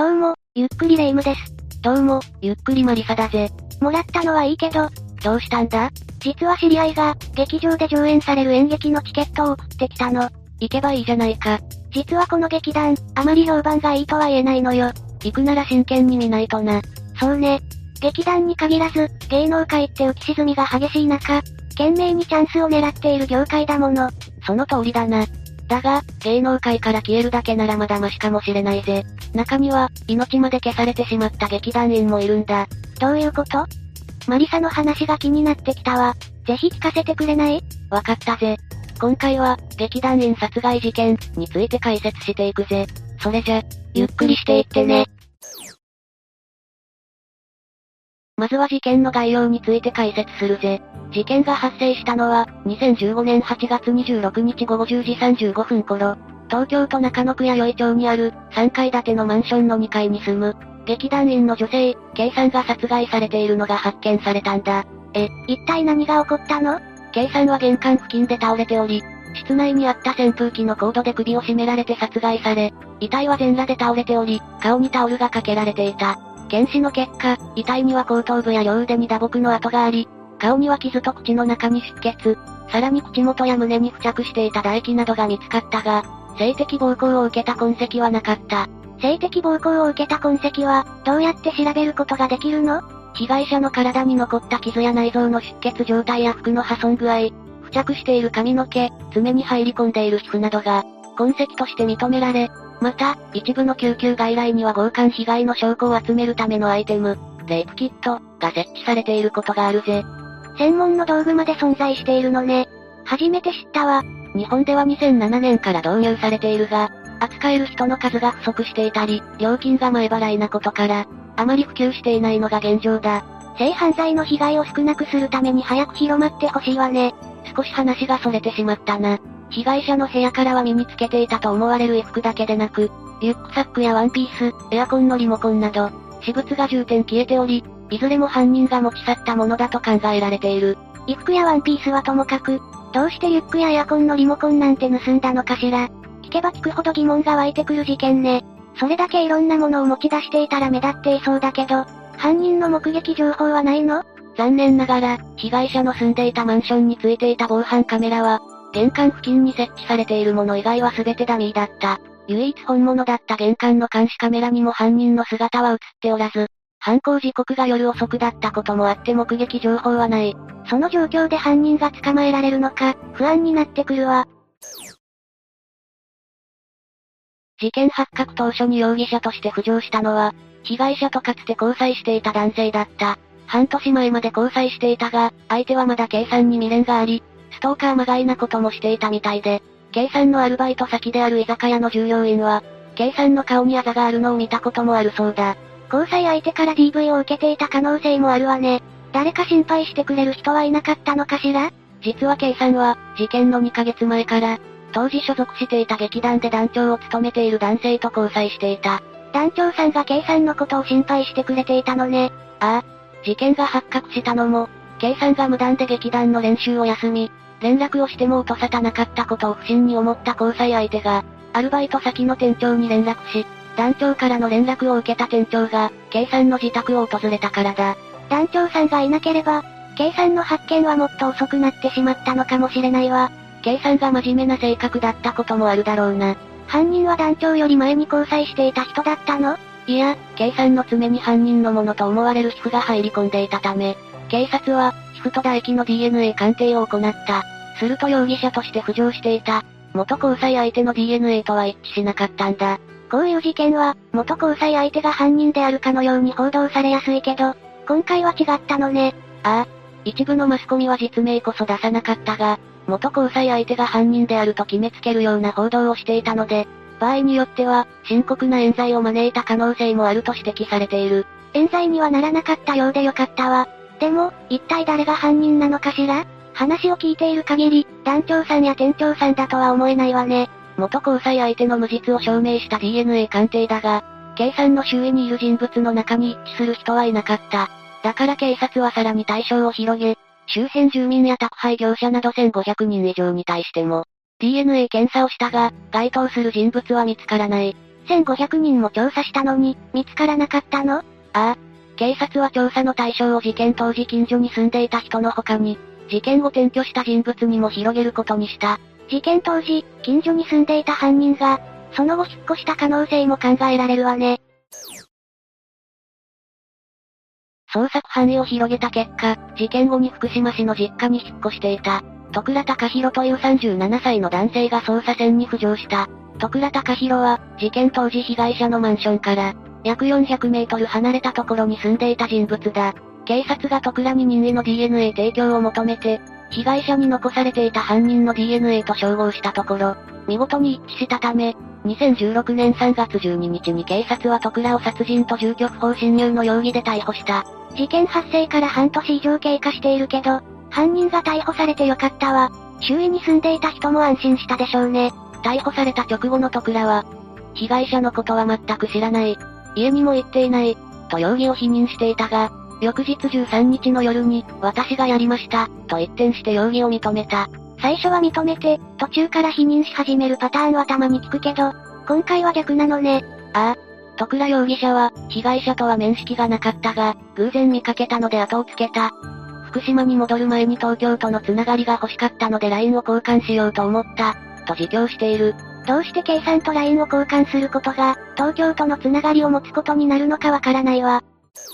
どうも、ゆっくりレ夢ムです。 どうも、ゆっくりマリサだぜ。 もらったのはいいけど、 どうしたんだ？ 実は知り合いが、劇場で上演される演劇のチケットを送ってきたの。 行けばいいじゃないか。 実はこの劇団、あまり評判がいいとは言えないのよ。 行くなら真剣に見ないとな。 そうね。劇団に限らず、芸能界って浮き沈みが激しい中、懸命にチャンスを狙っている業界だもの。 その通りだな。だが、芸能界から消えるだけならまだマシかもしれないぜ。中には、命まで消されてしまった劇団員もいるんだ。 どういうこと？マリサの話が気になってきたわ。ぜひ聞かせてくれない？ わかったぜ。今回は、劇団員殺害事件について解説していくぜ。それじゃ、ゆっくりしていってね。まずは事件の概要について解説するぜ。事件が発生したのは、2015年8月26日午後10時35分頃、東京都中野区弥生町にある、3階建てのマンションの2階に住む、劇団員の女性、K さんが殺害されているのが発見されたんだ。 一体何が起こったの？ K さんは玄関付近で倒れており、室内にあった扇風機のコードで首を絞められて殺害され、遺体は全裸で倒れており、顔にタオルがかけられていた。検視の結果、遺体には後頭部や両腕に打撲の跡があり、顔には傷と口の中に出血、さらに口元や胸に付着していた唾液などが見つかったが、性的暴行を受けた痕跡はなかった。 性的暴行を受けた痕跡は、どうやって調べることができるの？ 被害者の体に残った傷や内臓の出血状態や服の破損具合、付着している髪の毛、爪に入り込んでいる皮膚などが、痕跡として認められ、また、一部の救急外来には強姦被害の証拠を集めるためのアイテム、レイプキット、が設置されていることがあるぜ。 専門の道具まで存在しているのね。初めて知ったわ。 日本では2007年から導入されているが、扱える人の数が不足していたり、料金が前払いなことから、あまり普及していないのが現状だ。 性犯罪の被害を少なくするために早く広まってほしいわね。 少し話が逸れてしまったな。被害者の部屋からは身につけていたと思われる衣服だけでなく、リュックサックやワンピース、エアコンのリモコンなど、私物が10点消えており、いずれも犯人が持ち去ったものだと考えられている。 衣服やワンピースはともかく、どうしてリュックやエアコンのリモコンなんて盗んだのかしら。聞けば聞くほど疑問が湧いてくる事件ね。それだけいろんなものを持ち出していたら目立っていそうだけど、犯人の目撃情報はないの？ 残念ながら、被害者の住んでいたマンションについていた防犯カメラは、玄関付近に設置されているもの以外は全てダミーだった。唯一本物だった玄関の監視カメラにも犯人の姿は映っておらず、犯行時刻が夜遅くだったこともあって目撃情報はない。 その状況で犯人が捕まえられるのか、不安になってくるわ。 事件発覚当初に容疑者として浮上したのは、被害者とかつて交際していた男性だった。半年前まで交際していたが、相手はまだ K さんに未練があり、ストーカーまがいなこともしていたみたいで、K さんのアルバイト先である居酒屋の従業員は、K さんの顔にあざがあるのを見たこともあるそうだ。 交際相手から DV を受けていた可能性もあるわね。誰か心配してくれる人はいなかったのかしら？ 実は K さんは、事件の2ヶ月前から、当時所属していた劇団で団長を務めている男性と交際していた。 団長さんが K さんのことを心配してくれていたのね。 ああ。事件が発覚したのも、K さんが無断で劇団の練習を休み、連絡をしても音沙汰なかったことを不審に思った交際相手が、アルバイト先の店長に連絡し、団長からの連絡を受けた店長が、K さんの自宅を訪れたからだ。 団長さんがいなければ、K さんの発見はもっと遅くなってしまったのかもしれないわ。 K さんが真面目な性格だったこともあるだろうな。 犯人は団長より前に交際していた人だったの？ いや、K さんの爪に犯人のものと思われる皮膚が入り込んでいたため、警察は、皮膚と唾液の DNA 鑑定を行った。すると容疑者として浮上していた、元交際相手の DNA とは一致しなかったんだ。 こういう事件は、元交際相手が犯人であるかのように報道されやすいけど、今回は違ったのね。 ああ。一部のマスコミは実名こそ出さなかったが、元交際相手が犯人であると決めつけるような報道をしていたので、場合によっては、深刻な冤罪を招いた可能性もあると指摘されている。 冤罪にはならなかったようでよかったわ。でも、一体誰が犯人なのかしら？話を聞いている限り、団長さんや店長さんだとは思えないわね。 元交際相手の無実を証明した DNA 鑑定だが、K さんの周囲にいる人物の中に一致する人はいなかった。だから警察はさらに対象を広げ、周辺住民や宅配業者など1500人以上に対しても、DNA 検査をしたが、該当する人物は見つからない。 1500人も調査したのに、見つからなかったの？ ああ。警察は調査の対象を事件当時近所に住んでいた人の他に、事件後転居した人物にも広げることにした。 事件当時、近所に住んでいた犯人が、その後引っ越した可能性も考えられるわね。 捜索範囲を広げた結果、事件後に福島市の実家に引っ越していた、戸倉貴弘という37歳の男性が捜査線に浮上した。戸倉貴弘は、事件当時被害者のマンションから、約400メートル離れたところに住んでいた人物だ。警察が戸倉に任意の DNA 提供を求めて、被害者に残されていた犯人の DNA と照合したところ、見事に一致したため、2016年3月12日に警察は戸倉を殺人と住居不法侵入の容疑で逮捕した。 事件発生から半年以上経過しているけど、犯人が逮捕されてよかったわ。周囲に住んでいた人も安心したでしょうね。 逮捕された直後の戸倉は、被害者のことは全く知らない、家にも行っていない、と容疑を否認していたが、翌日13日の夜に、私がやりました、と一転して容疑を認めた。 最初は認めて、途中から否認し始めるパターンはたまに聞くけど、今回は逆なのね。 ああ。戸倉容疑者は、被害者とは面識がなかったが、偶然見かけたので後をつけた。福島に戻る前に東京とのつながりが欲しかったので LINE を交換しようと思った、と自供している。 どうして K さんと LINE を交換することが、東京とのつながりを持つことになるのかわからないわ。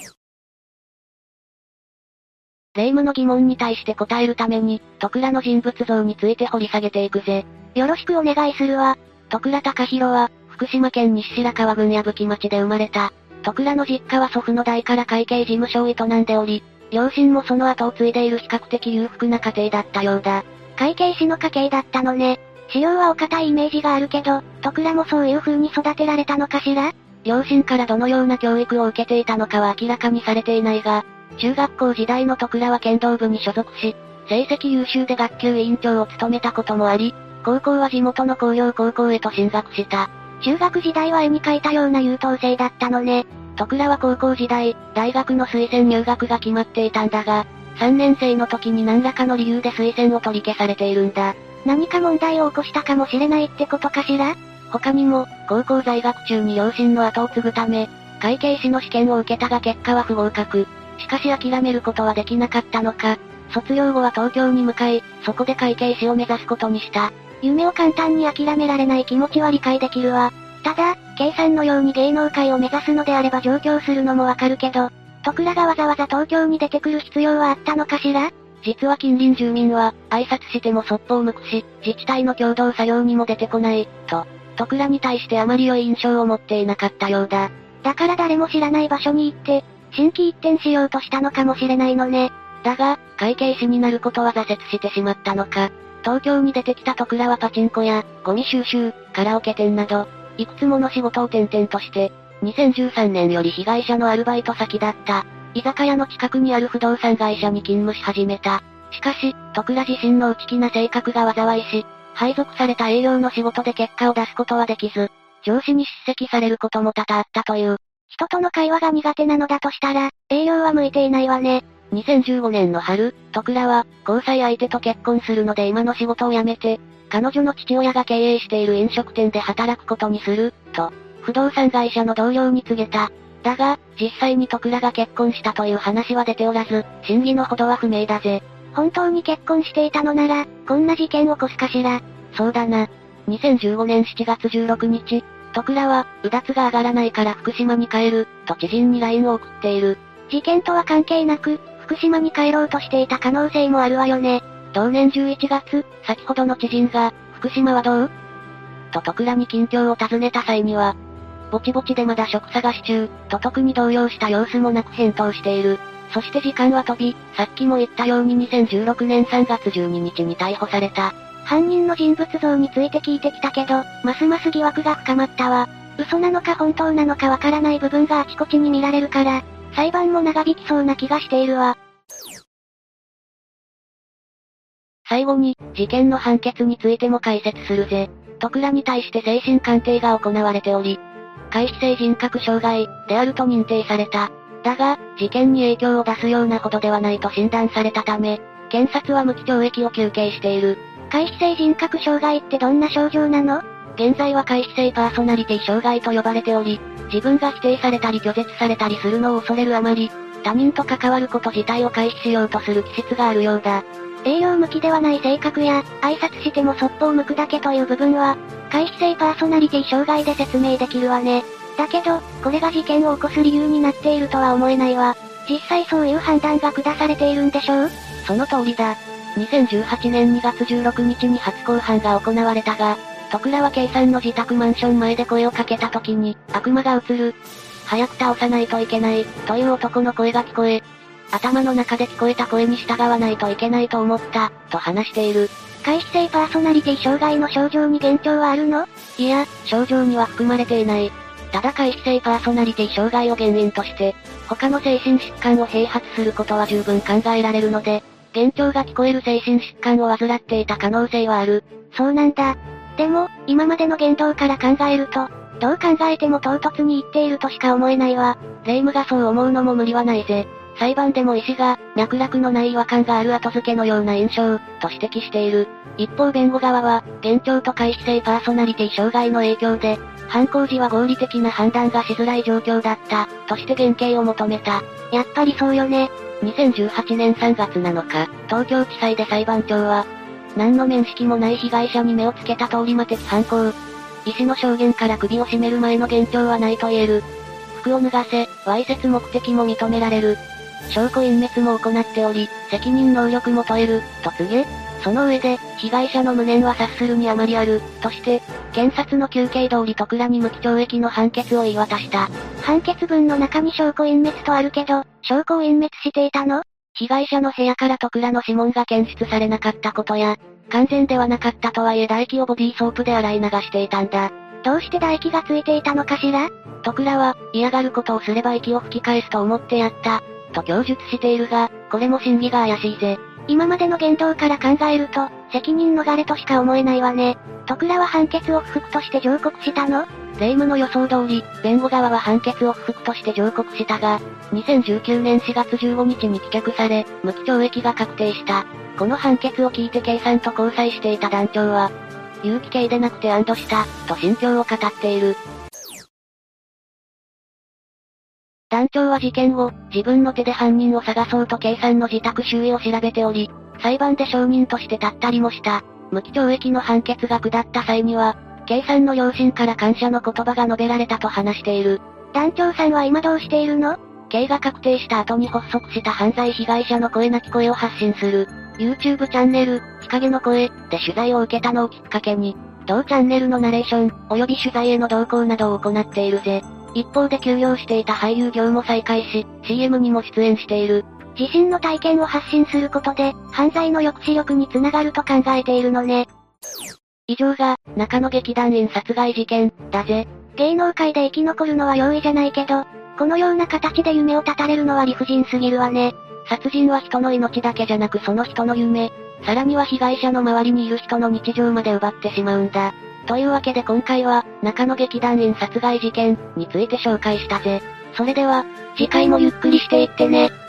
霊夢の疑問に対して答えるために、戸倉の人物像について掘り下げていくぜ。 よろしくお願いするわ。 戸倉貴弘は、福島県西白川郡矢吹町で生まれた。戸倉の実家は祖父の代から会計事務所を営んでおり、両親もその後を継いでいる比較的裕福な家庭だったようだ。 会計士の家系だったのね。資料はお堅いイメージがあるけど、戸倉もそういう風に育てられたのかしら？ 両親からどのような教育を受けていたのかは明らかにされていないが、中学校時代の戸倉は剣道部に所属し、成績優秀で学級委員長を務めたこともあり、高校は地元の工業高校へと進学した。 中学時代は絵に描いたような優等生だったのね。 戸倉は高校時代、大学の推薦入学が決まっていたんだが、3年生の時に何らかの理由で推薦を取り消されているんだ。 何か問題を起こしたかもしれないってことかしら？ 他にも、高校在学中に両親の後を継ぐため、会計士の試験を受けたが結果は不合格。しかし諦めることはできなかったのか、卒業後は東京に向かい、そこで会計士を目指すことにした。 夢を簡単に諦められない気持ちは理解できるわ。ただ、K さんのように芸能界を目指すのであれば上京するのもわかるけど、戸倉がわざわざ東京に出てくる必要はあったのかしら？ 実は近隣住民は、挨拶してもそっぽを向くし、自治体の共同作業にも出てこない、と、戸倉に対してあまり良い印象を持っていなかったようだ。 だから誰も知らない場所に行って、心機一転しようとしたのかもしれないのね。 だが、会計士になることは挫折してしまったのか。東京に出てきた戸倉はパチンコや、ゴミ収集、カラオケ店など、いくつもの仕事を転々として、2013年より被害者のアルバイト先だった、居酒屋の近くにある不動産会社に勤務し始めた。しかし、戸倉自身の内気な性格が災いし、配属された営業の仕事で結果を出すことはできず、上司に叱責されることも多々あったという。 人との会話が苦手なのだとしたら、営業は向いていないわね。 2015年の春、戸倉は、交際相手と結婚するので今の仕事を辞めて、彼女の父親が経営している飲食店で働くことにする、と、不動産会社の同僚に告げた。だが、実際に戸倉が結婚したという話は出ておらず、真偽のほどは不明だぜ。 本当に結婚していたのなら、こんな事件を起こすかしら。 そうだな。2015年7月16日、戸倉は、うだつが上がらないから福島に帰る、と知人に LINE を送っている。 事件とは関係なく、福島に帰ろうとしていた可能性もあるわよね。 同年11月、先ほどの知人が、福島はどう？と戸倉に近況を尋ねた際には、ぼちぼちでまだ職探し中、と特に動揺した様子もなく返答している。そして時間は飛び、さっきも言ったように2016年3月12日に逮捕された。 犯人の人物像について聞いてきたけど、ますます疑惑が深まったわ。嘘なのか本当なのかわからない部分があちこちに見られるから、裁判も長引きそうな気がしているわ。 最後に、事件の判決についても解説するぜ。戸倉に対して精神鑑定が行われており、回避性人格障害であると認定された。だが、事件に影響を出すようなほどではないと診断されたため、検察は無期懲役を求刑している。 回避性人格障害ってどんな症状なの？ 現在は回避性パーソナリティ障害と呼ばれており、自分が否定されたり拒絶されたりするのを恐れるあまり、他人と関わること自体を回避しようとする気質があるようだ。 営業向きではない性格や、挨拶してもそっぽを向くだけという部分は、回避性パーソナリティ障害で説明できるわね。だけど、これが事件を起こす理由になっているとは思えないわ。実際そういう判断が下されているんでしょう？ その通りだ。2018年2月16日に初公判が行われたが、戸倉は K さんの自宅マンション前で声をかけた時に、悪魔が映る。早く倒さないといけない、という男の声が聞こえ、頭の中で聞こえた声に従わないといけないと思った、と話している。 回避性パーソナリティ障害の症状に幻聴はあるの？ いや、症状には含まれていない。ただ回避性パーソナリティ障害を原因として、他の精神疾患を併発することは十分考えられるので、幻聴が聞こえる精神疾患を患っていた可能性はある。 そうなんだ。でも、今までの言動から考えると、どう考えても唐突に言っているとしか思えないわ。 霊夢がそう思うのも無理はないぜ。裁判でも医師が、脈絡のない違和感がある後付けのような印象、と指摘している。一方弁護側は、幻聴と回避性パーソナリティ障害の影響で、犯行時は合理的な判断がしづらい状況だった、として減刑を求めた。 やっぱりそうよね。 2018年3月7日、東京地裁で裁判長は、何の面識もない被害者に目をつけた通り魔的犯行。医師の証言から首を絞める前の幻聴はないと言える。服を脱がせ、わいせつ目的も認められる。証拠隠滅も行っており、責任能力も問える、と告げ、その上で、被害者の無念は察するにあまりある、として、検察の求刑通り戸倉に無期懲役の判決を言い渡した。 判決文の中に証拠隠滅とあるけど、証拠を隠滅していたの？ 被害者の部屋から戸倉の指紋が検出されなかったことや、完全ではなかったとはいえ唾液をボディーソープで洗い流していたんだ。 どうして唾液がついていたのかしら？ 戸倉は、嫌がることをすれば息を吹き返すと思ってやった、と供述しているが、これも真偽が怪しいぜ。 今までの言動から考えると、責任逃れとしか思えないわね。戸倉は判決を不服として上告したの？ 霊夢の予想通り、弁護側は判決を不服として上告したが、2019年4月15日に棄却され、無期懲役が確定した。この判決を聞いて K さんと交際していた団長は、有期刑でなくて安堵した、と心境を語っている。団長は事件後、自分の手で犯人を探そうと K さんの自宅周囲を調べており、裁判で証人として立ったりもした。無期懲役の判決が下った際には、K さんの両親から感謝の言葉が述べられたと話している。 団長さんは今どうしているの？ K が確定した後に発足した犯罪被害者の声なき声を発信する、YouTube チャンネル、日陰の声、で取材を受けたのをきっかけに、同チャンネルのナレーション、及び取材への同行などを行っているぜ。一方で休業していた俳優業も再開し、CM にも出演している。 自身の体験を発信することで、犯罪の抑止力につながると考えているのね。 以上が、中野劇団員殺害事件、だぜ。 芸能界で生き残るのは容易じゃないけど、このような形で夢を絶たれるのは理不尽すぎるわね。 殺人は人の命だけじゃなくその人の夢、さらには被害者の周りにいる人の日常まで奪ってしまうんだ。というわけで今回は、中野劇団員殺害事件について紹介したぜ。それでは、次回もゆっくりしていってね。